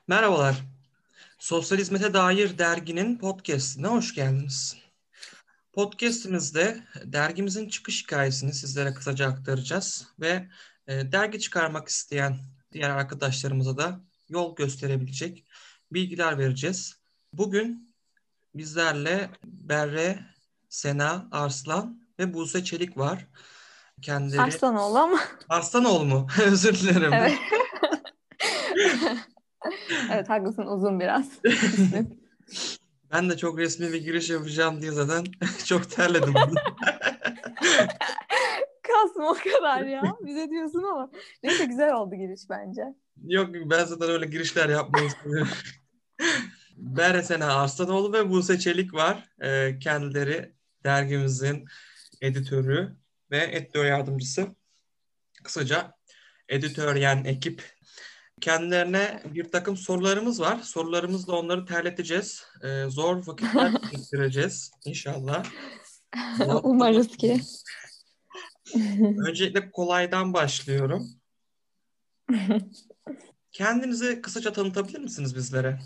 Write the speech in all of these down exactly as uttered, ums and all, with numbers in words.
Merhabalar. Sosyal Hizmete Dair derginin podcast'ine hoş geldiniz. Podcast'imizde dergimizin çıkış hikayesini sizlere kısaca aktaracağız ve e, dergi çıkarmak isteyen diğer arkadaşlarımıza da yol gösterebilecek bilgiler vereceğiz. Bugün bizlerle Berre, Sena Arslan ve Buse Çelik var. Kendileri Arslanoğlu ama. Arslanoğlu mu? Özür dilerim. Evet. Evet, haklısın, uzun biraz ismi. Ben de çok resmi bir giriş yapacağım diye zaten çok terledim. Kasma o kadar ya. Bize diyorsun ama. Neyse, güzel oldu giriş bence. Yok, ben zaten öyle girişler yapmayı seviyorum. Berre Sena Arslanoğlu ve Buse Çelik var. Ee, kendileri dergimizin editörü ve editör yardımcısı. Kısaca editöryen ekip. Kendilerine bir takım sorularımız var. Sorularımızla onları terleteceğiz. Ee, zor vakitler geçireceğiz inşallah. Bu arada Umarız ki. öncelikle kolaydan başlıyorum. Kendinizi kısaca tanıtabilir misiniz bizlere?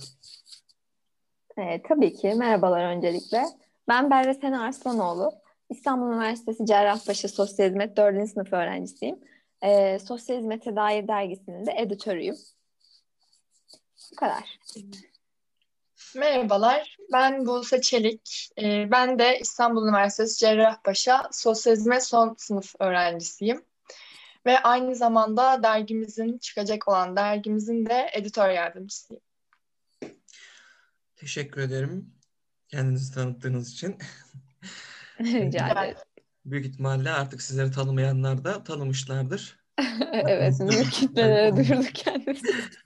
Evet, tabii ki. Merhabalar öncelikle. Ben Berre Sena Arslanoğlu. İstanbul Üniversitesi Cerrahpaşa Sosyal Hizmet dördüncü sınıf öğrencisiyim. Ee, Sosyal Hizmete Dair dergisinin de editörüyüm. Bu kadar. Merhabalar, ben Buse Çelik. Ee, ben de İstanbul Üniversitesi Cerrahpaşa Sosyal Hizmet son sınıf öğrencisiyim. Ve aynı zamanda dergimizin, çıkacak olan dergimizin de editör yardımcısıyım. Teşekkür ederim kendinizi tanıttığınız için. Rica ederim. Büyük ihtimalle artık sizleri tanımayanlar da tanımışlardır. Evet, büyük kitlelere duyurduk kendimizi.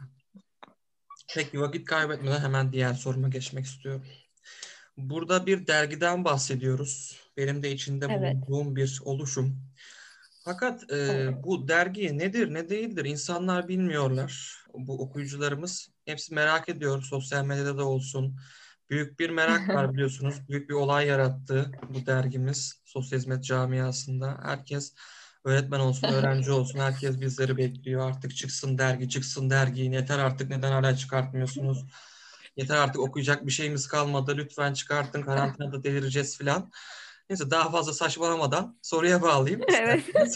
Peki, vakit kaybetmeden hemen diğer soruma geçmek istiyorum. Burada bir dergiden bahsediyoruz. Benim de içinde Evet. bulunduğum bir oluşum. Fakat e, bu dergi nedir, ne değildir insanlar bilmiyorlar. Bu okuyucularımız hepsi merak ediyor. Sosyal medyada da olsun. Büyük bir merak var, biliyorsunuz. Büyük bir olay yarattı bu dergimiz sosyal hizmet camiasında. Herkes öğretmen olsun, öğrenci olsun. Herkes bizleri bekliyor. Artık çıksın dergi, çıksın dergi. Yeter artık, neden hala çıkartmıyorsunuz? Yeter artık, okuyacak bir şeyimiz kalmadı. Lütfen çıkartın, karantinada delireceğiz falan. Neyse, daha fazla saçmalamadan soruya bağlayayım Evet. isterseniz.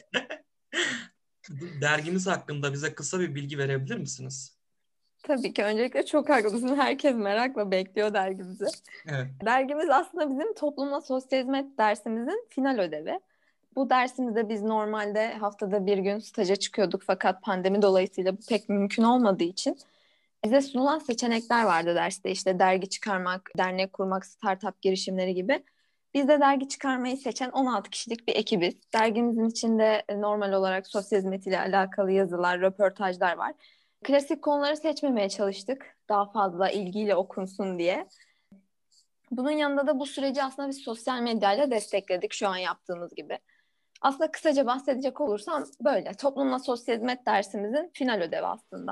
Bu dergimiz hakkında bize kısa bir bilgi verebilir misiniz? Tabii ki. Öncelikle çok haklısın. Herkes merakla bekliyor dergimizi. Evet. Dergimiz aslında bizim toplumla sosyal hizmet dersimizin final ödevi. Bu dersimizde biz normalde haftada bir gün staja çıkıyorduk, fakat pandemi dolayısıyla bu pek mümkün olmadığı için bize sunulan seçenekler vardı derste. İşte dergi çıkarmak, dernek kurmak, startup girişimleri gibi. Biz de dergi çıkarmayı seçen on altı kişilik bir ekibiz. Dergimizin içinde normal olarak sosyal hizmetiyle alakalı yazılar, röportajlar var. Klasik konuları seçmemeye çalıştık, daha fazla ilgiyle okunsun diye. Bunun yanında da bu süreci aslında biz sosyal medyayla destekledik, şu an yaptığımız gibi. Aslında kısaca bahsedecek olursam böyle. Toplumla sosyal hizmet dersimizin final ödevi aslında.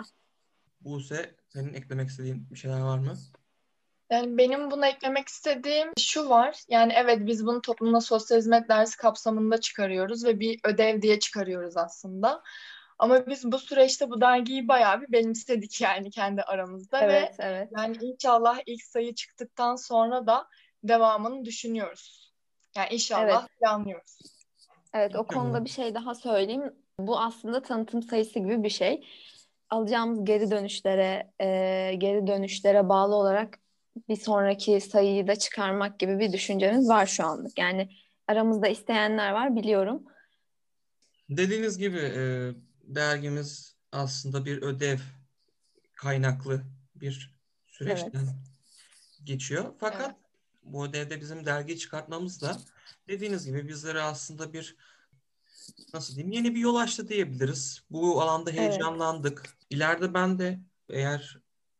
Buse, senin eklemek istediğin bir şeyler var mı? Yani benim buna eklemek istediğim şu var. Yani evet, biz bunu toplumla sosyal hizmet dersi kapsamında çıkarıyoruz ve bir ödev diye çıkarıyoruz aslında. Ama biz bu süreçte bu dergiyi bayağı bir benimsedik yani kendi aramızda ve Evet, evet. yani inşallah ilk sayı çıktıktan sonra da devamını düşünüyoruz. Yani Evet, inşallah planlıyoruz. evet. O İnşallah. konuda bir şey daha söyleyeyim. Bu aslında tanıtım sayısı gibi bir şey. Alacağımız geri dönüşlere, e, geri dönüşlere bağlı olarak bir sonraki sayıyı da çıkarmak gibi bir düşüncemiz var şu anlık. Yani aramızda isteyenler var, biliyorum. Dediğiniz gibi e, dergimiz aslında bir ödev kaynaklı bir Evet. süreçten geçiyor. Evet. Fakat bu ödevde bizim dergi çıkartmamız da dediğiniz gibi bizlere aslında bir, nasıl diyeyim, yeni bir yol açtı diyebiliriz. Bu alanda Evet. heyecanlandık. İleride ben de, eğer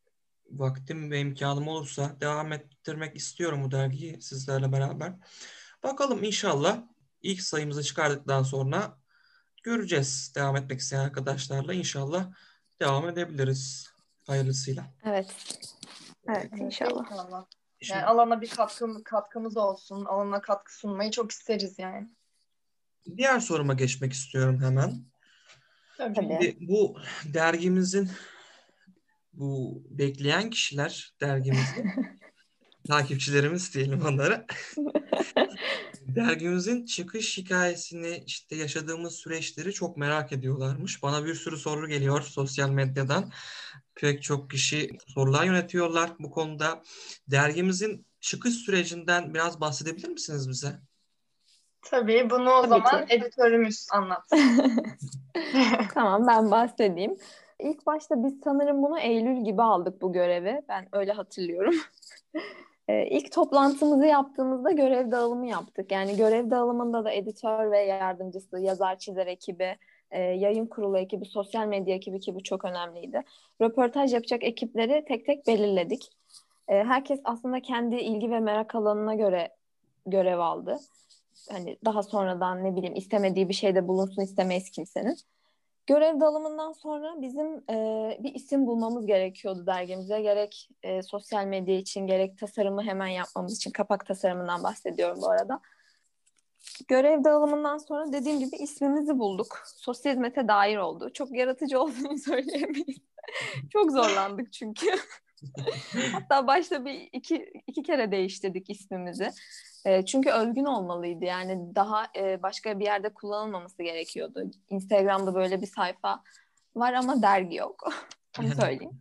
vaktim ve imkanım olursa, devam ettirmek istiyorum bu dergiyi sizlerle beraber. Bakalım, inşallah ilk sayımızı çıkardıktan sonra göreceğiz. Devam etmek isteyen arkadaşlarla inşallah devam edebiliriz hayırlısıyla. Evet. Evet, Evet, inşallah. inşallah. Yani Şimdi alana bir katkım, katkımız olsun. Alana katkı sunmayı çok isteriz yani. diğer soruma geçmek istiyorum hemen. Tabii. Tabii. Şimdi bu dergimizin bu bekleyen kişiler dergimizi, takipçilerimiz diyelim onlara, dergimizin çıkış hikayesini, işte yaşadığımız süreçleri çok merak ediyorlarmış. Bana bir sürü soru geliyor sosyal medyadan. Pek çok kişi sorular yönetiyorlar bu konuda. Dergimizin çıkış sürecinden biraz bahsedebilir misiniz bize? Tabii bunu o Tabii zaman ki. editörümüz anlatsın. Tamam, ben bahsedeyim. İlk başta biz sanırım bunu Eylül gibi aldık bu görevi. Ben öyle hatırlıyorum. Ee, ilk toplantımızı yaptığımızda görev dağılımı yaptık. Yani görev dağılımında da editör ve yardımcısı, yazar çizer ekibi, e, yayın kurulu ekibi, sosyal medya ekibi, ki bu çok önemliydi. Röportaj yapacak ekipleri tek tek belirledik. E, herkes aslında kendi ilgi ve merak alanına göre görev aldı. Hani daha sonradan ne bileyim istemediği bir şeyde bulunsun istemeyiz kimsenin. Görev dağılımından sonra bizim e, bir isim bulmamız gerekiyordu dergimize. Gerek e, sosyal medya için, gerek tasarımı hemen yapmamız için. Kapak tasarımından bahsediyorum bu arada. Görev dağılımından sonra dediğim gibi ismimizi bulduk. Sosyal hizmete dair oldu. Çok yaratıcı olduğunu söyleyemeyiz. Çok zorlandık çünkü. Hatta başta bir iki, iki kere değiştirdik ismimizi. E, çünkü özgün olmalıydı. Yani daha e, başka bir yerde kullanılmaması gerekiyordu. Instagram'da böyle bir sayfa var ama dergi yok. Onu söyleyeyim.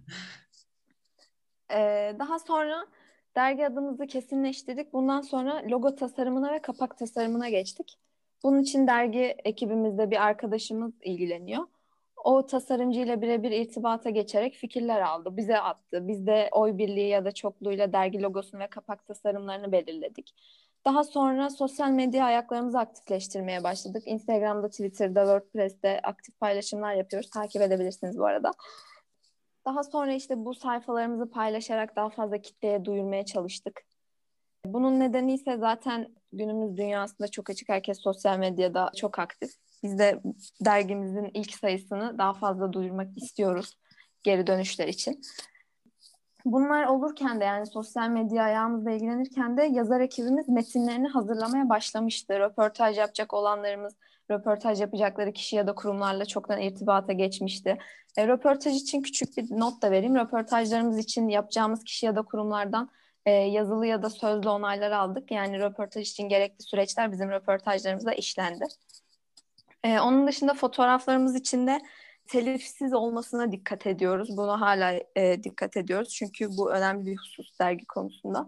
E, daha sonra dergi adımızı kesinleştirdik. Bundan sonra logo tasarımına ve kapak tasarımına geçtik. Bunun için dergi ekibimizde bir arkadaşımız ilgileniyor. O tasarımcıyla birebir irtibata geçerek fikirler aldı. Bize attı. Biz de oy birliği ya da çokluğuyla dergi logosunu ve kapak tasarımlarını belirledik. Daha sonra sosyal medya ayaklarımızı aktifleştirmeye başladık. Instagram'da, Twitter'da, WordPress'te aktif paylaşımlar yapıyoruz. Takip edebilirsiniz bu arada. Daha sonra işte bu sayfalarımızı paylaşarak daha fazla kitleye duyurmaya çalıştık. Bunun nedeni ise zaten günümüz dünyasında çok açık. Herkes sosyal medyada çok aktif. Biz de dergimizin ilk sayısını daha fazla duyurmak istiyoruz geri dönüşler için. Bunlar olurken de yani sosyal medya ayağımızla ilgilenirken de yazar ekibimiz metinlerini hazırlamaya başlamıştı. Röportaj yapacak olanlarımız röportaj yapacakları kişi ya da kurumlarla çoktan irtibata geçmişti. E, röportaj için küçük bir not da vereyim. Röportajlarımız için yapacağımız kişi ya da kurumlardan e, yazılı ya da sözlü onayları aldık. Yani röportaj için gerekli süreçler bizim röportajlarımızda işlendi. E, onun dışında fotoğraflarımız için de telifsiz olmasına dikkat ediyoruz. Buna hala e, dikkat ediyoruz. Çünkü bu önemli bir husus dergi konusunda.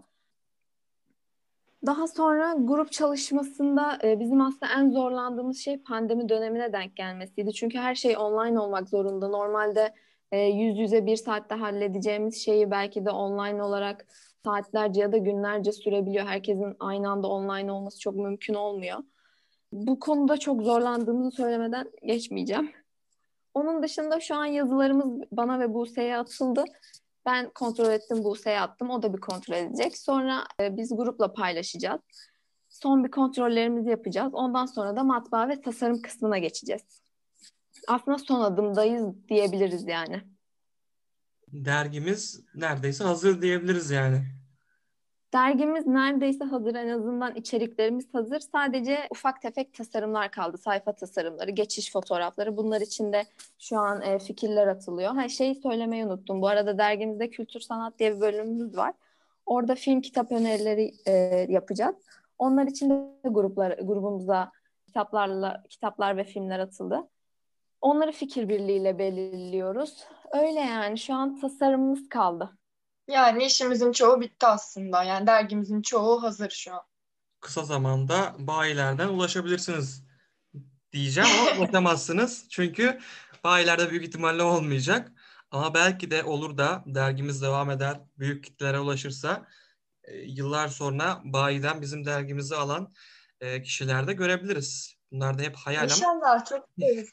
Daha sonra grup çalışmasında e, bizim aslında en zorlandığımız şey pandemi dönemine denk gelmesiydi. Çünkü her şey online olmak zorunda. Normalde e, yüz yüze bir saatte halledeceğimiz şeyi belki de online olarak saatlerce ya da günlerce sürebiliyor. Herkesin aynı anda online olması çok mümkün olmuyor. Bu konuda çok zorlandığımızı söylemeden geçmeyeceğim. Onun dışında şu an yazılarımız bana ve Buse'ye atıldı. Ben kontrol ettim, Buse'ye attım. O da bir kontrol edecek. Sonra e, biz grupla paylaşacağız. Son bir kontrollerimizi yapacağız. Ondan sonra da matbaa ve tasarım kısmına geçeceğiz. Aslında son adımdayız diyebiliriz yani. Dergimiz neredeyse hazır diyebiliriz yani. Dergimiz neredeyse hazır, en azından içeriklerimiz hazır. Sadece ufak tefek tasarımlar kaldı. Sayfa tasarımları, geçiş fotoğrafları. Bunlar için de şu an e, fikirler atılıyor. Ha, şeyi söylemeyi unuttum. Bu arada dergimizde kültür sanat diye bir bölümümüz var. Orada film kitap önerileri e, yapacağız. Onlar için de gruplar, grubumuza kitaplarla kitaplar ve filmler atıldı. Onları fikir birliğiyle belirliyoruz. Öyle yani şu an tasarımımız kaldı. Yani işimizin çoğu bitti aslında. Yani dergimizin çoğu hazır şu an. Kısa zamanda bayilerden ulaşabilirsiniz diyeceğim ama ulaşamazsınız. Çünkü bayilerde büyük ihtimalle olmayacak. Ama belki de olur da dergimiz devam eder, büyük kitlelere ulaşırsa e, yıllar sonra bayiden bizim dergimizi alan e, kişiler de görebiliriz. Bunlar da hep hayal ama İnşallah çok isteriz.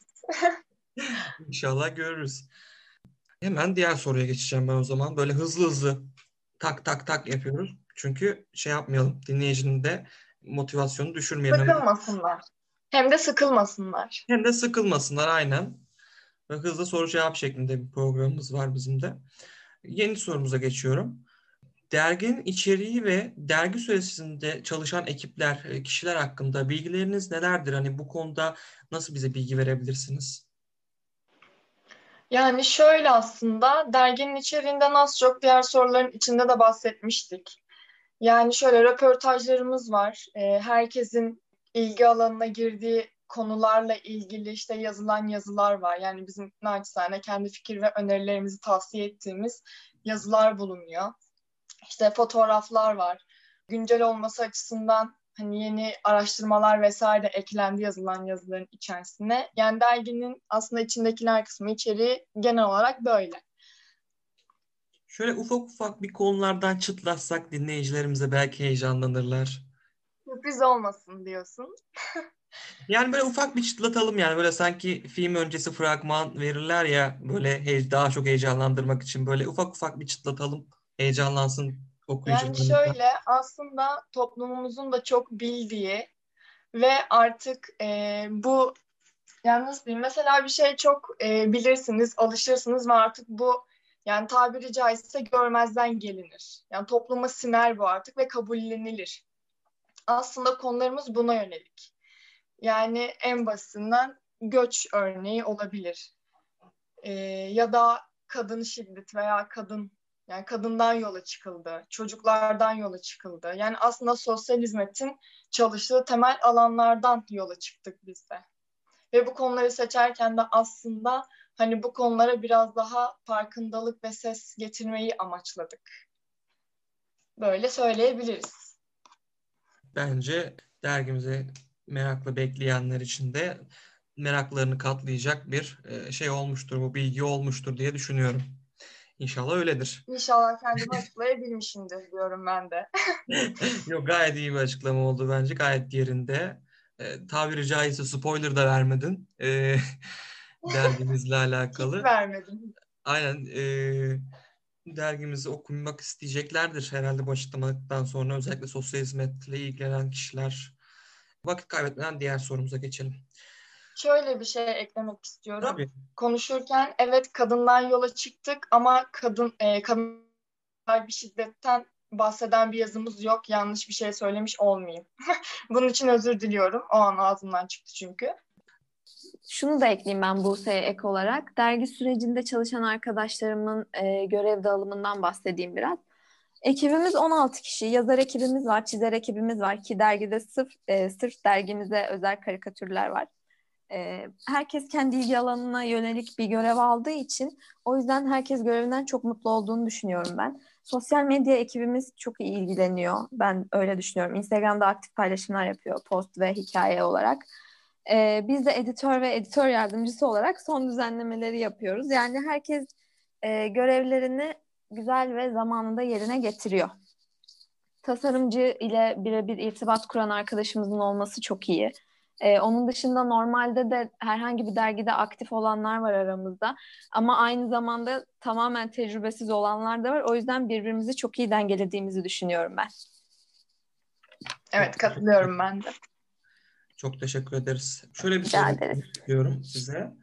inşallah görürüz. Hemen diğer soruya geçeceğim ben o zaman. Böyle hızlı hızlı tak tak tak yapıyoruz. Çünkü şey yapmayalım, dinleyicinin de motivasyonu düşürmeyelim. Hem, Sıkılmasınlar. Hem de sıkılmasınlar. hem de sıkılmasınlar aynen. Ve hızlı soru cevap şeklinde bir programımız var bizim de. Yeni sorumuza geçiyorum. Derginin içeriği ve dergi süresinde çalışan ekipler, e, kişiler hakkında bilgileriniz nelerdir? Hani bu konuda nasıl bize bilgi verebilirsiniz? Yani şöyle aslında derginin içeriğinden az çok diğer soruların içinde de bahsetmiştik. Yani şöyle röportajlarımız var. Ee, herkesin ilgi alanına girdiği konularla ilgili işte yazılan yazılar var. Yani bizim naçizane kendi fikir ve önerilerimizi tavsiye ettiğimiz yazılar bulunuyor. İşte fotoğraflar var. Güncel olması açısından hani yeni araştırmalar vesaire de eklendi yazılan yazıların içerisine. Yani derginin aslında içindekiler kısmı içeriği genel olarak böyle. Şöyle ufak ufak bir konulardan çıtlatsak dinleyicilerimize belki heyecanlanırlar. Sürpriz olmasın diyorsun. Yani böyle ufak bir çıtlatalım yani böyle sanki film öncesi fragman verirler ya böyle he- daha çok heyecanlandırmak için böyle ufak ufak bir çıtlatalım. Heyecanlansın Yani okuyucularımız da. şöyle aslında toplumumuzun da çok bildiği ve artık e, bu yani nasıl diyeyim mesela bir şey çok e, bilirsiniz, alışırsınız ve artık bu yani tabiri caizse görmezden gelinir. Yani topluma siner bu artık ve kabullenilir. Aslında konularımız buna yönelik. Yani en basitinden göç örneği olabilir. E, ya da kadın şiddet veya kadın yani kadından yola çıkıldı, çocuklardan yola çıkıldı. Yani aslında sosyal hizmetin çalıştığı temel alanlardan yola çıktık biz de. Ve bu konuları seçerken de aslında hani bu konulara biraz daha farkındalık ve ses getirmeyi amaçladık. Böyle söyleyebiliriz. Bence dergimize merakla bekleyenler için de meraklarını katlayacak bir e, şey olmuştur, bu bilgi olmuştur diye düşünüyorum. İnşallah öyledir. İnşallah kendimi açıklayabilmişimdir diyorum ben de. Yok gayet iyi bir açıklama oldu bence. Gayet yerinde. E, tabiri caizse spoiler da vermedin. E, dergimizle Hiç alakalı. vermedim. Aynen. E, dergimizi okumak isteyeceklerdir herhalde bu açıklamadan sonra. Özellikle sosyal hizmetle ilgilenen kişiler. Vakit kaybetmeden diğer sorumuza geçelim. Şöyle bir şey eklemek istiyorum. Tabii. Konuşurken evet kadından yola çıktık ama kadın e, kadınlar bir şiddetten bahseden bir yazımız yok. Yanlış bir şey söylemiş olmayayım. Bunun için özür diliyorum. O an ağzımdan çıktı çünkü. Şunu da ekleyeyim ben Buse'ye ek olarak. Dergi sürecinde çalışan arkadaşlarımın e, görev dağılımından bahsedeyim biraz. Ekibimiz on altı kişi. Yazar ekibimiz var, çizer ekibimiz var ki dergide sırf, e, sırf dergimize özel karikatürler var. E, herkes kendi ilgi alanına yönelik bir görev aldığı için o yüzden herkes görevinden çok mutlu olduğunu düşünüyorum ben. Sosyal medya ekibimiz çok iyi ilgileniyor. Ben öyle düşünüyorum. Instagram'da aktif paylaşımlar yapıyor post ve hikaye olarak. Ee, biz de editör ve editör yardımcısı olarak son düzenlemeleri yapıyoruz. Yani herkes e, görevlerini güzel ve zamanında yerine getiriyor. Tasarımcı ile birebir irtibat kuran arkadaşımızın olması çok iyi. Ee, onun dışında normalde de herhangi bir dergide aktif olanlar var aramızda. Ama aynı zamanda tamamen tecrübesiz olanlar da var. O yüzden birbirimizi çok iyi dengelediğimizi düşünüyorum ben. Evet, katılıyorum ben de. Çok teşekkür ederiz. Şöyle bir Rica soru ederiz. istiyorum size.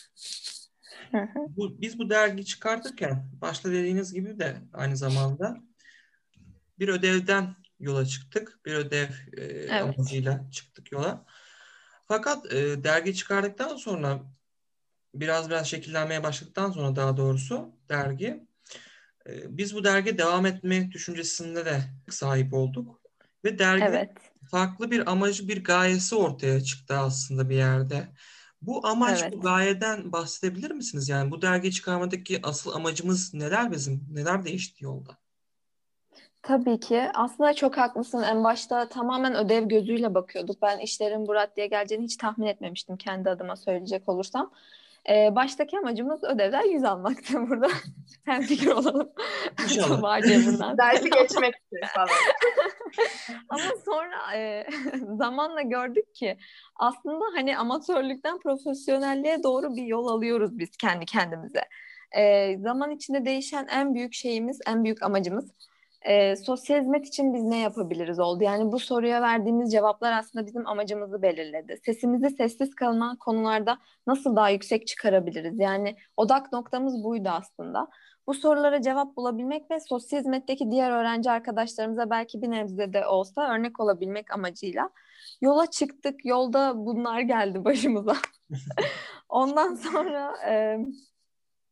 Hı hı. Bu, biz bu dergi çıkartırken başta dediğiniz gibi de aynı zamanda bir ödevden yola çıktık. Bir ödev e, Evet. amacıyla çıktık yola. Fakat e, dergi çıkardıktan sonra biraz biraz şekillenmeye başladıktan sonra daha doğrusu dergi e, biz bu dergi devam etme düşüncesinde de sahip olduk. Ve derginin Evet. farklı bir amacı, bir gayesi ortaya çıktı aslında bir yerde. Bu amaç, bu Evet. gayeden bahsedebilir misiniz? Yani bu dergi çıkarmadaki asıl amacımız neler bizim? Neler değişti yolda? Tabii ki. Aslında çok haklısın. En başta tamamen ödev gözüyle bakıyorduk. Ben işlerin bu raddeye geleceğini hiç tahmin etmemiştim kendi adıma söyleyecek olursam. Ee, baştaki amacımız ödevler yüz almaktı burada. Hemfikir olalım. İnşallah. Tuğba'cığım buradan Dersi selam. geçmekti falan. Ama sonra e, zamanla gördük ki aslında hani amatörlükten profesyonelliğe doğru bir yol alıyoruz biz kendi kendimize. E, zaman içinde değişen en büyük şeyimiz, en büyük amacımız e, sosyal hizmet için biz ne yapabiliriz oldu. Yani bu soruya verdiğimiz cevaplar aslında bizim amacımızı belirledi. Sesimizi sessiz kalınan konularda nasıl daha yüksek çıkarabiliriz? Yani odak noktamız buydu aslında. Bu sorulara cevap bulabilmek ve sosyal hizmetteki diğer öğrenci arkadaşlarımıza belki bir nebze de olsa örnek olabilmek amacıyla yola çıktık. Yolda bunlar geldi başımıza. Ondan sonra e,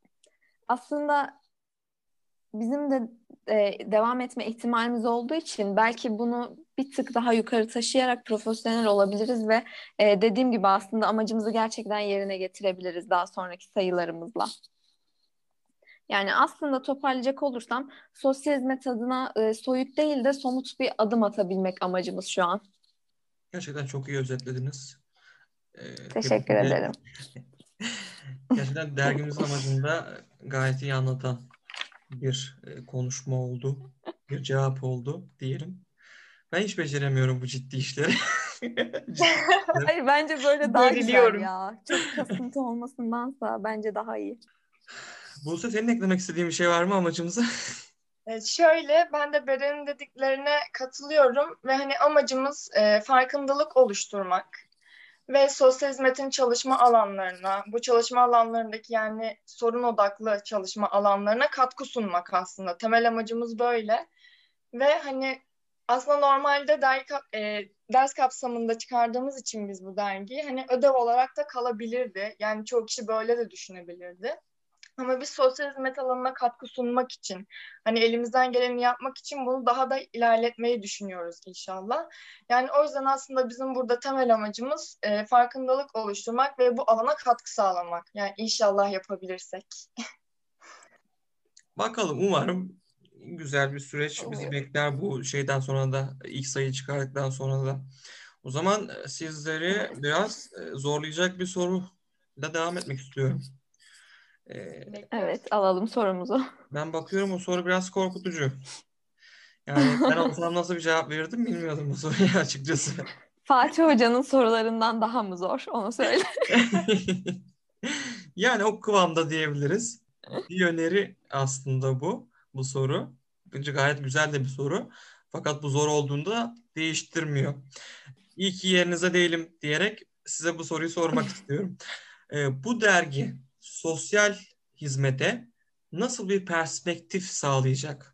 aslında bizim de e, devam etme ihtimalimiz olduğu için belki bunu bir tık daha yukarı taşıyarak profesyonel olabiliriz ve e, dediğim gibi aslında amacımızı gerçekten yerine getirebiliriz daha sonraki sayılarımızla. Yani aslında toparlayacak olursam sosyal hizmet adına e, soyut değil de somut bir adım atabilmek amacımız şu an. Gerçekten çok iyi özetlediniz. Ee, tebrik Teşekkür ederim. ederim. Gerçekten dergimizin amacını da gayet iyi anlatan bir e, konuşma oldu. Bir cevap oldu diyelim. Ben hiç beceremiyorum bu ciddi işleri. Ciddi işleri. Hayır, bence böyle daha güzel Geriliyorum. ya. Çok kasıntı olmasındansa bence daha iyi. Buse, senin eklemek istediğin bir şey var mı amacımıza? Evet, şöyle ben de Beren'in dediklerine katılıyorum ve hani amacımız e, farkındalık oluşturmak ve sosyal hizmetin çalışma alanlarına, bu çalışma alanlarındaki yani sorun odaklı çalışma alanlarına katkı sunmak aslında. Temel amacımız böyle ve hani aslında normalde der, e, ders kapsamında çıkardığımız için biz bu dergiyi hani ödev olarak da kalabilirdi. Yani çoğu kişi böyle de düşünebilirdi. Ama biz sosyal hizmet alanına katkı sunmak için, hani elimizden geleni yapmak için bunu daha da ilerletmeyi düşünüyoruz inşallah. Yani o yüzden aslında bizim burada temel amacımız e, farkındalık oluşturmak ve bu alana katkı sağlamak. Yani inşallah yapabilirsek. Bakalım, umarım güzel bir süreç bizi bekler bu şeyden sonra da, ilk sayı çıkardıktan sonra da. O zaman sizleri biraz e, zorlayacak bir soruyla devam etmek istiyorum. Ee, Evet, alalım sorumuzu. ben bakıyorum, o soru biraz korkutucu. Yani ben olsam nasıl bir cevap verirdim bilmiyordum bu soruya açıkçası. Fatih Hoca'nın sorularından daha mı zor? Onu söyle. Yani o kıvamda diyebiliriz. Bir öneri aslında bu, bu soru. Bence gayet güzel de bir soru. Fakat bu zor olduğunda değiştirmiyor. İyi ki yerinize değilim diyerek size bu soruyu sormak istiyorum. Ee, bu dergi sosyal hizmete nasıl bir perspektif sağlayacak?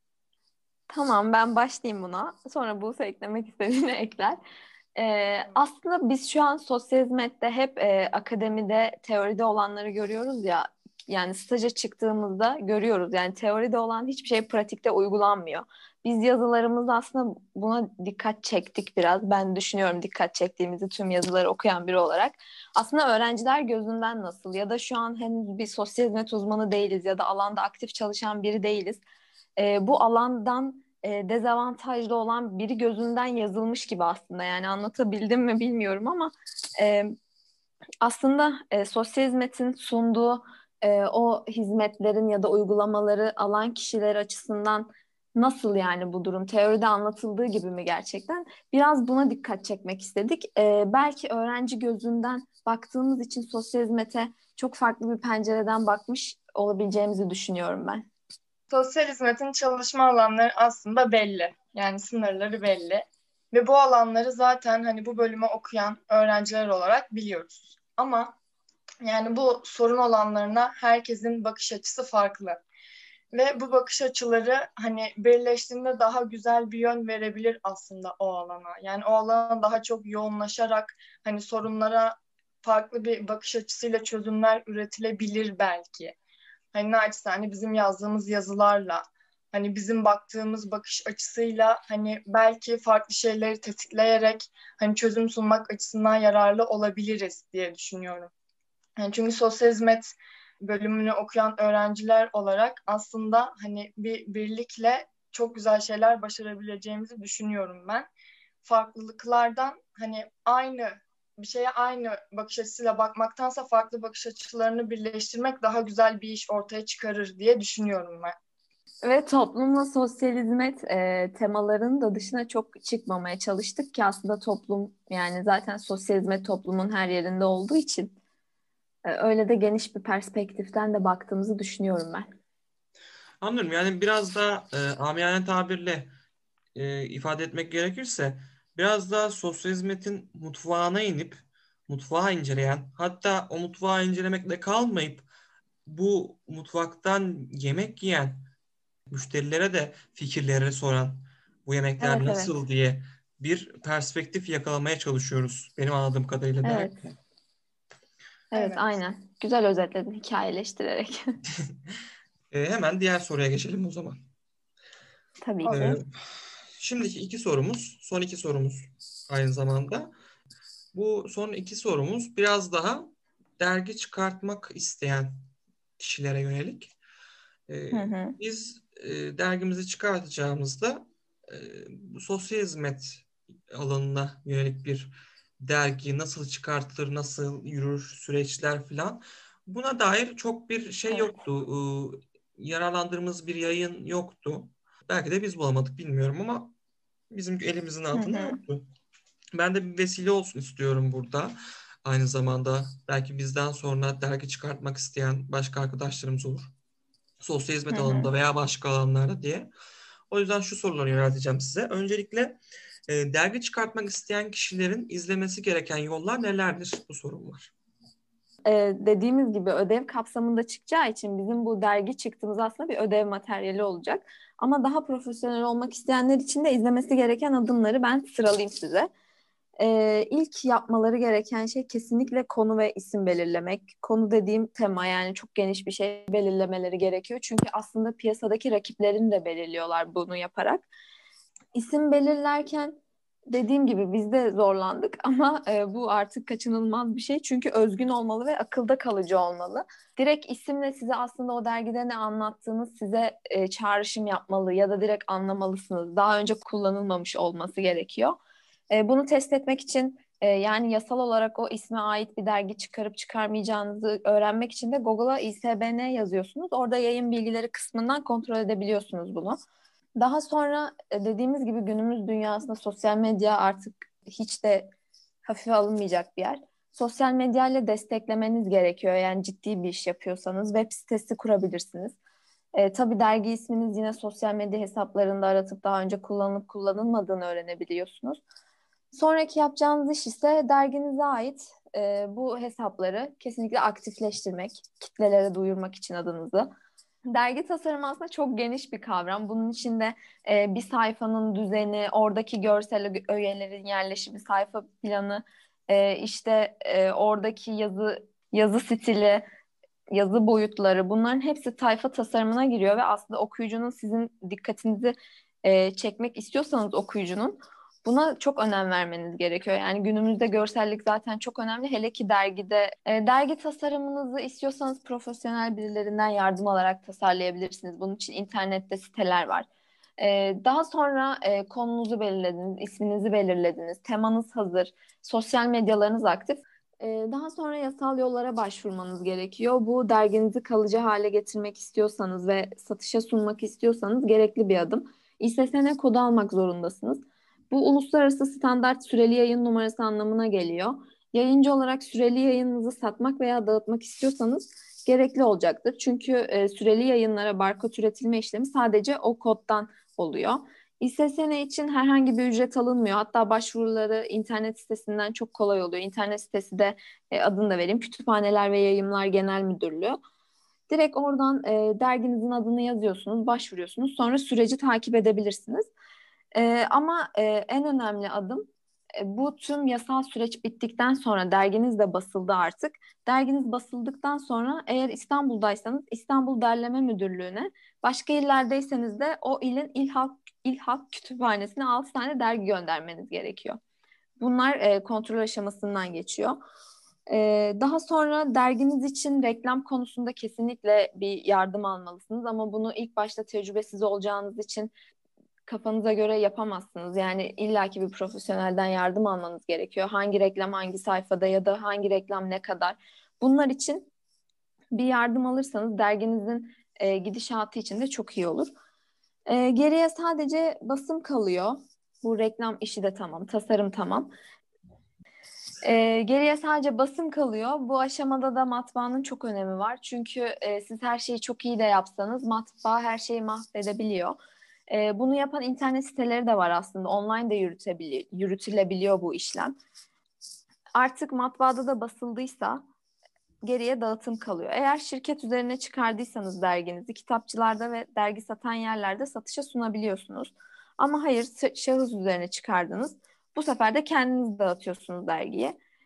Tamam, ben başlayayım buna. Sonra Buse eklemek istediğini ekler. Ee, aslında biz şu an sosyal hizmette hep e, akademide, teoride olanları görüyoruz ya. Yani staja çıktığımızda görüyoruz. Yani teoride olan hiçbir şey pratikte uygulanmıyor. Biz yazılarımızda aslında buna dikkat çektik biraz. Ben düşünüyorum dikkat çektiğimizi tüm yazıları okuyan biri olarak. Aslında öğrenciler gözünden nasıl ya da şu an henüz bir sosyal hizmet uzmanı değiliz ya da alanda aktif çalışan biri değiliz. E, bu alandan e, dezavantajlı olan biri gözünden yazılmış gibi aslında. Yani anlatabildim mi bilmiyorum ama e, aslında e, sosyal hizmetin sunduğu e, o hizmetlerin ya da uygulamaları alan kişiler açısından nasıl yani bu durum? Teoride anlatıldığı gibi mi gerçekten? Biraz buna dikkat çekmek istedik. E, belki öğrenci gözünden baktığımız için sosyal hizmete çok farklı bir pencereden bakmış olabileceğimizi düşünüyorum ben. Sosyal hizmetin çalışma alanları aslında belli. Yani sınırları belli. Ve bu alanları zaten hani bu bölümü okuyan öğrenciler olarak biliyoruz. Ama yani bu sorun olanlarına herkesin bakış açısı farklı. Ve bu bakış açıları hani birleştiğinde daha güzel bir yön verebilir aslında o alana. Yani o alana daha çok yoğunlaşarak hani sorunlara farklı bir bakış açısıyla çözümler üretilebilir belki. Hani naçizane bizim yazdığımız yazılarla, hani bizim baktığımız bakış açısıyla hani belki farklı şeyleri tetikleyerek hani çözüm sunmak açısından yararlı olabiliriz diye düşünüyorum. Yani çünkü sosyal hizmet bölümünü okuyan öğrenciler olarak aslında hani bir birlikle çok güzel şeyler başarabileceğimizi düşünüyorum ben. Farklılıklardan hani aynı bir şeye aynı bakış açısıyla bakmaktansa farklı bakış açılarını birleştirmek daha güzel bir iş ortaya çıkarır diye düşünüyorum ben. Ve toplumla sosyal hizmet e, temalarının da dışına çok çıkmamaya çalıştık ki aslında toplum yani zaten sosyal hizmet toplumun her yerinde olduğu için e, öyle de geniş bir perspektiften de baktığımızı düşünüyorum ben. Anlıyorum. Yani biraz da e, amiyane tabirle e, ifade etmek gerekirse biraz daha sosyal hizmetin mutfağına inip mutfağı inceleyen, hatta o mutfağı incelemekle kalmayıp bu mutfaktan yemek yiyen müşterilere de fikirleri soran, bu yemekler Evet, evet. nasıl diye bir perspektif yakalamaya çalışıyoruz benim anladığım kadarıyla Evet. dergide. Evet, Evet. aynen. Güzel özetledin hikayeleştirerek. E, hemen diğer soruya geçelim o zaman. Tabii E, ki. Şimdiki iki sorumuz, son iki sorumuz aynı zamanda. Bu son iki sorumuz biraz daha dergi çıkartmak isteyen kişilere yönelik. E, Hı hı. Biz e, dergimizi çıkartacağımızda e, bu sosyal hizmet alanına yönelik bir dergi nasıl çıkartılır, nasıl yürür süreçler falan. Buna dair çok bir şey Evet. yoktu. E, yararlandığımız bir yayın yoktu. Belki de biz bulamadık bilmiyorum ama bizim elimizin Hı altında hı. yoktu. Ben de bir vesile olsun istiyorum burada. Aynı zamanda belki bizden sonra dergi çıkartmak isteyen başka arkadaşlarımız olur. Sosyal Hı hizmet hı. alanında veya başka alanlarda diye. O yüzden şu soruları yönelteceğim size. Öncelikle e, dergi çıkartmak isteyen kişilerin izlemesi gereken yollar nelerdir? Bu sorum var. Ee, dediğimiz gibi ödev kapsamında çıkacağı için bizim bu dergi çıktığımız aslında bir ödev materyali olacak. Ama daha profesyonel olmak isteyenler için de izlemesi gereken adımları ben sıralayayım size. Ee, ilk yapmaları gereken şey kesinlikle konu ve isim belirlemek. Konu dediğim tema, yani çok geniş bir şey belirlemeleri gerekiyor. Çünkü aslında piyasadaki rakiplerini de belirliyorlar bunu yaparak. İsim belirlerken dediğim gibi biz de zorlandık ama e, bu artık kaçınılmaz bir şey. Çünkü özgün olmalı ve akılda kalıcı olmalı. Direkt isimle size aslında o dergide ne anlattığınız size e, çağrışım yapmalı ya da direkt anlamalısınız. Daha önce kullanılmamış olması gerekiyor. E, bunu test etmek için e, yani yasal olarak o isme ait bir dergi çıkarıp çıkarmayacağınızı öğrenmek için de Google'a İ S B N yazıyorsunuz. Orada yayın bilgileri kısmından kontrol edebiliyorsunuz bunu. Daha sonra e, dediğimiz gibi günümüz dünyasında sosyal medya artık hiç de hafife alınmayacak bir yer. Sosyal medyayla desteklemeniz gerekiyor. Yani ciddi bir iş yapıyorsanız web sitesi kurabilirsiniz. E, tabii dergi isminiz yine sosyal medya hesaplarında aratıp daha önce kullanılıp kullanılmadığını öğrenebiliyorsunuz. Sonraki yapacağınız iş ise derginize ait e, bu hesapları kesinlikle aktifleştirmek, kitlelere duyurmak için adınızı. Dergi tasarımı aslında çok geniş bir kavram. Bunun içinde e, bir sayfanın düzeni, oradaki görsel öğelerin yerleşimi, sayfa planı, e, işte e, oradaki yazı yazı stili, yazı boyutları, bunların hepsi sayfa tasarımına giriyor ve aslında okuyucunun sizin dikkatinizi e, çekmek istiyorsanız okuyucunun buna çok önem vermeniz gerekiyor. Yani günümüzde görsellik zaten çok önemli. Hele ki dergide. E, dergi tasarımınızı istiyorsanız profesyonel birilerinden yardım alarak tasarlayabilirsiniz. Bunun için internette siteler var. E, daha sonra e, konunuzu belirlediniz, isminizi belirlediniz, temanız hazır, sosyal medyalarınız aktif. Ee, Daha sonra yasal yollara başvurmanız gerekiyor. Bu derginizi kalıcı hale getirmek istiyorsanız ve satışa sunmak istiyorsanız gerekli bir adım. İ S S N kodu almak zorundasınız. Bu uluslararası standart süreli yayın numarası anlamına geliyor. Yayıncı olarak süreli yayınınızı satmak veya dağıtmak istiyorsanız gerekli olacaktır. Çünkü e, süreli yayınlara barkod üretilme işlemi sadece o koddan oluyor. İ S S N için herhangi bir ücret alınmıyor. Hatta başvuruları internet sitesinden çok kolay oluyor. İnternet sitesi de e, adını da vereyim. Kütüphaneler ve Yayımlar Genel Müdürlüğü. Direkt oradan e, derginizin adını yazıyorsunuz, başvuruyorsunuz. Sonra süreci takip edebilirsiniz. E, ama e, en önemli adım e, bu tüm yasal süreç bittikten sonra derginiz de basıldı artık. Derginiz basıldıktan sonra eğer İstanbul'daysanız İstanbul Derleme Müdürlüğü'ne, başka illerdeyseniz de o ilin il halk, il halk kütüphanesine altı tane dergi göndermeniz gerekiyor. Bunlar e, kontrol aşamasından geçiyor. E, daha sonra derginiz için reklam konusunda kesinlikle bir yardım almalısınız ama bunu ilk başta tecrübesiz olacağınız için kafanıza göre yapamazsınız. Yani illaki bir profesyonelden yardım almanız gerekiyor. Hangi reklam hangi sayfada ya da hangi reklam ne kadar. Bunlar için bir yardım alırsanız derginizin e, gidişatı için de çok iyi olur. E, geriye sadece basım kalıyor. Bu reklam işi de tamam, tasarım tamam. E, geriye sadece basım kalıyor. Bu aşamada da matbaanın çok önemi var. Çünkü e, siz her şeyi çok iyi de yapsanız matbaa her şeyi mahvedebiliyor. E, bunu yapan internet siteleri de var aslında. Online de yürütebiliyor, yürütülebiliyor bu işlem. Artık matbaada da basıldıysa geriye dağıtım kalıyor. Eğer şirket üzerine çıkardıysanız derginizi kitapçılarda ve dergi satan yerlerde satışa sunabiliyorsunuz. Ama hayır, şahıs üzerine çıkardınız. Bu sefer de kendiniz dağıtıyorsunuz dergiyi.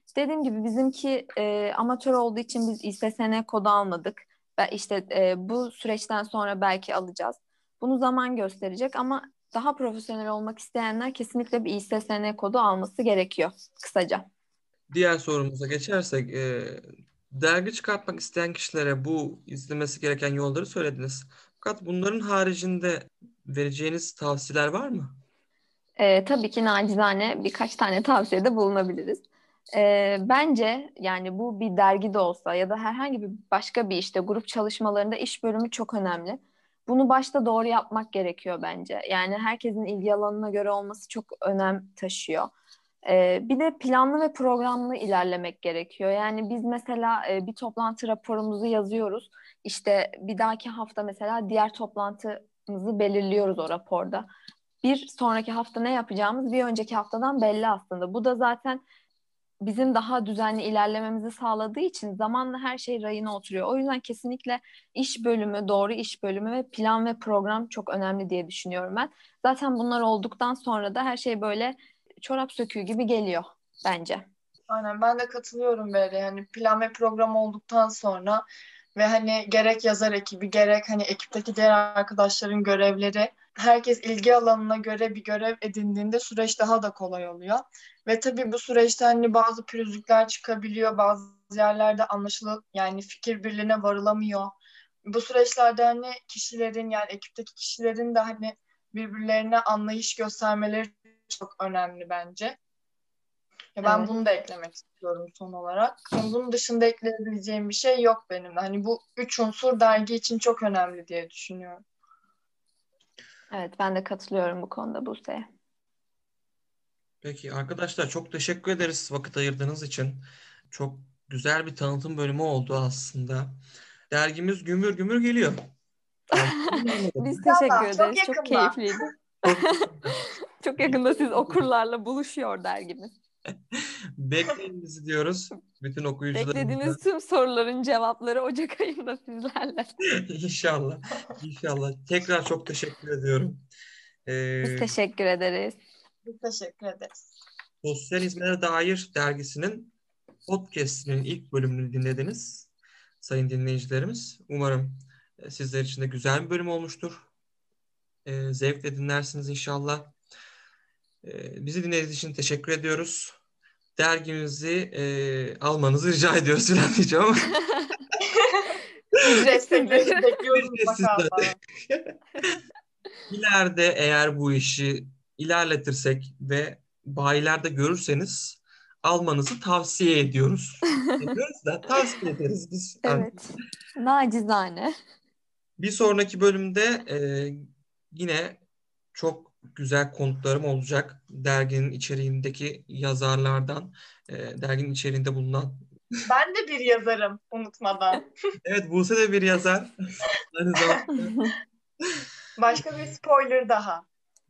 Dediğim gibi bizimki e, amatör olduğu için biz İ S S N kodu almadık. Ve işte e, bu süreçten sonra belki alacağız. Bunu zaman gösterecek ama daha profesyonel olmak isteyenler kesinlikle bir İ S S N kodu alması gerekiyor kısaca. Diğer sorumuza geçersek, e, dergi çıkartmak isteyen kişilere bu izlemesi gereken yolları söylediniz. Fakat bunların haricinde vereceğiniz tavsiyeler var mı? Ee, tabii ki nacizane birkaç tane tavsiyede bulunabiliriz. Ee, bence yani bu bir dergi de olsa ya da herhangi bir başka bir işte grup çalışmalarında iş bölümü çok önemli. Bunu başta doğru yapmak gerekiyor bence. Yani herkesin ilgi alanına göre olması çok önem taşıyor. Ee, bir de planlı ve programlı ilerlemek gerekiyor. Yani biz mesela e, bir toplantı raporumuzu yazıyoruz. İşte bir dahaki hafta mesela diğer toplantımızı belirliyoruz o raporda. Bir sonraki hafta ne yapacağımız bir önceki haftadan belli aslında. Bu da zaten bizim daha düzenli ilerlememizi sağladığı için zamanla her şey rayına oturuyor. O yüzden kesinlikle iş bölümü, doğru iş bölümü ve plan ve program çok önemli diye düşünüyorum ben. Zaten bunlar olduktan sonra da her şey böyle çorap söküğü gibi geliyor bence. Aynen, ben de katılıyorum böyle. Yani plan ve program olduktan sonra ve hani gerek yazar ekibi gerek hani ekipteki diğer arkadaşların görevleri, herkes ilgi alanına göre bir görev edindiğinde süreç daha da kolay oluyor. Ve tabii bu süreçte hani bazı pürüzlükler çıkabiliyor, bazı yerlerde anlaşılı yani fikir birliğine varılamıyor. Bu süreçlerde hani kişilerin, yani ekipteki kişilerin de hani birbirlerine anlayış göstermeleri çok önemli bence. Ya ben Evet. bunu da eklemek istiyorum son olarak. Yani bunun dışında ekleyebileceğim bir şey yok benim de. Hani bu üç unsur dergi için çok önemli diye düşünüyorum. Evet, ben de katılıyorum bu konuda Buse'ye. Peki arkadaşlar, çok teşekkür ederiz vakit ayırdığınız için. Çok güzel bir tanıtım bölümü oldu aslında. Dergimiz gümbür gümbür geliyor. Anladın mı? Biz teşekkür İnşallah çok ederiz. Çok yakında. keyifliydi. Çok Çok yakında siz okurlarla buluşuyor dergimiz. bekleyin bizi diyoruz. Bütün okuyucularımıza. Beklediğiniz tüm soruların cevapları Ocak ayında sizlerle. İnşallah. İnşallah. Tekrar çok teşekkür ediyorum. Biz Ee, teşekkür ederiz. Biz teşekkür ederiz. Sosyal Hizmetlere Dair dergisinin podcast'inin ilk bölümünü dinlediniz sayın dinleyicilerimiz. Umarım e, sizler için de güzel bir bölüm olmuştur. E, zevkle dinlersiniz inşallah. E, bizi dinlediğiniz için teşekkür ediyoruz. Dergimizi e, almanızı rica ediyoruz falan diyeceğim ama Ücretsizdir. Desteklerinizi bekliyoruz ücretsiz mutlaka zaten. falan. İleride eğer bu işi ilerletirsek ve bayilerde görürseniz almanızı tavsiye ediyoruz. Ediyoruz da tavsiye ederiz biz. Yani Evet. Nacizane. bir sonraki bölümde e, yine çok güzel konuklarım olacak. Derginin içeriğindeki yazarlardan, e, derginin içeriğinde bulunan. Ben de bir yazarım unutmadan. Evet, Buse de bir yazar. Aynı zamanda. Başka bir spoiler daha.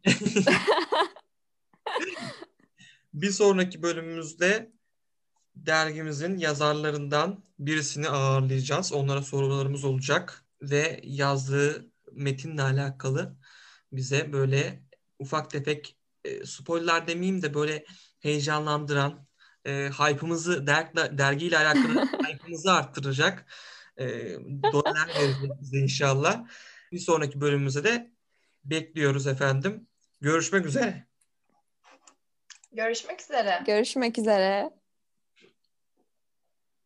Bir sonraki bölümümüzde dergimizin yazarlarından birisini ağırlayacağız. Onlara sorularımız olacak ve yazdığı metinle alakalı bize böyle ufak tefek e, spoiler demeyeyim de böyle heyecanlandıran, e, hype'ımızı der, dergiyle alakalı hype'ımızı arttıracak e, doneler verecek bize inşallah. Bir sonraki bölümümüzde de bekliyoruz efendim. Görüşmek üzere. Görüşmek üzere. Görüşmek üzere.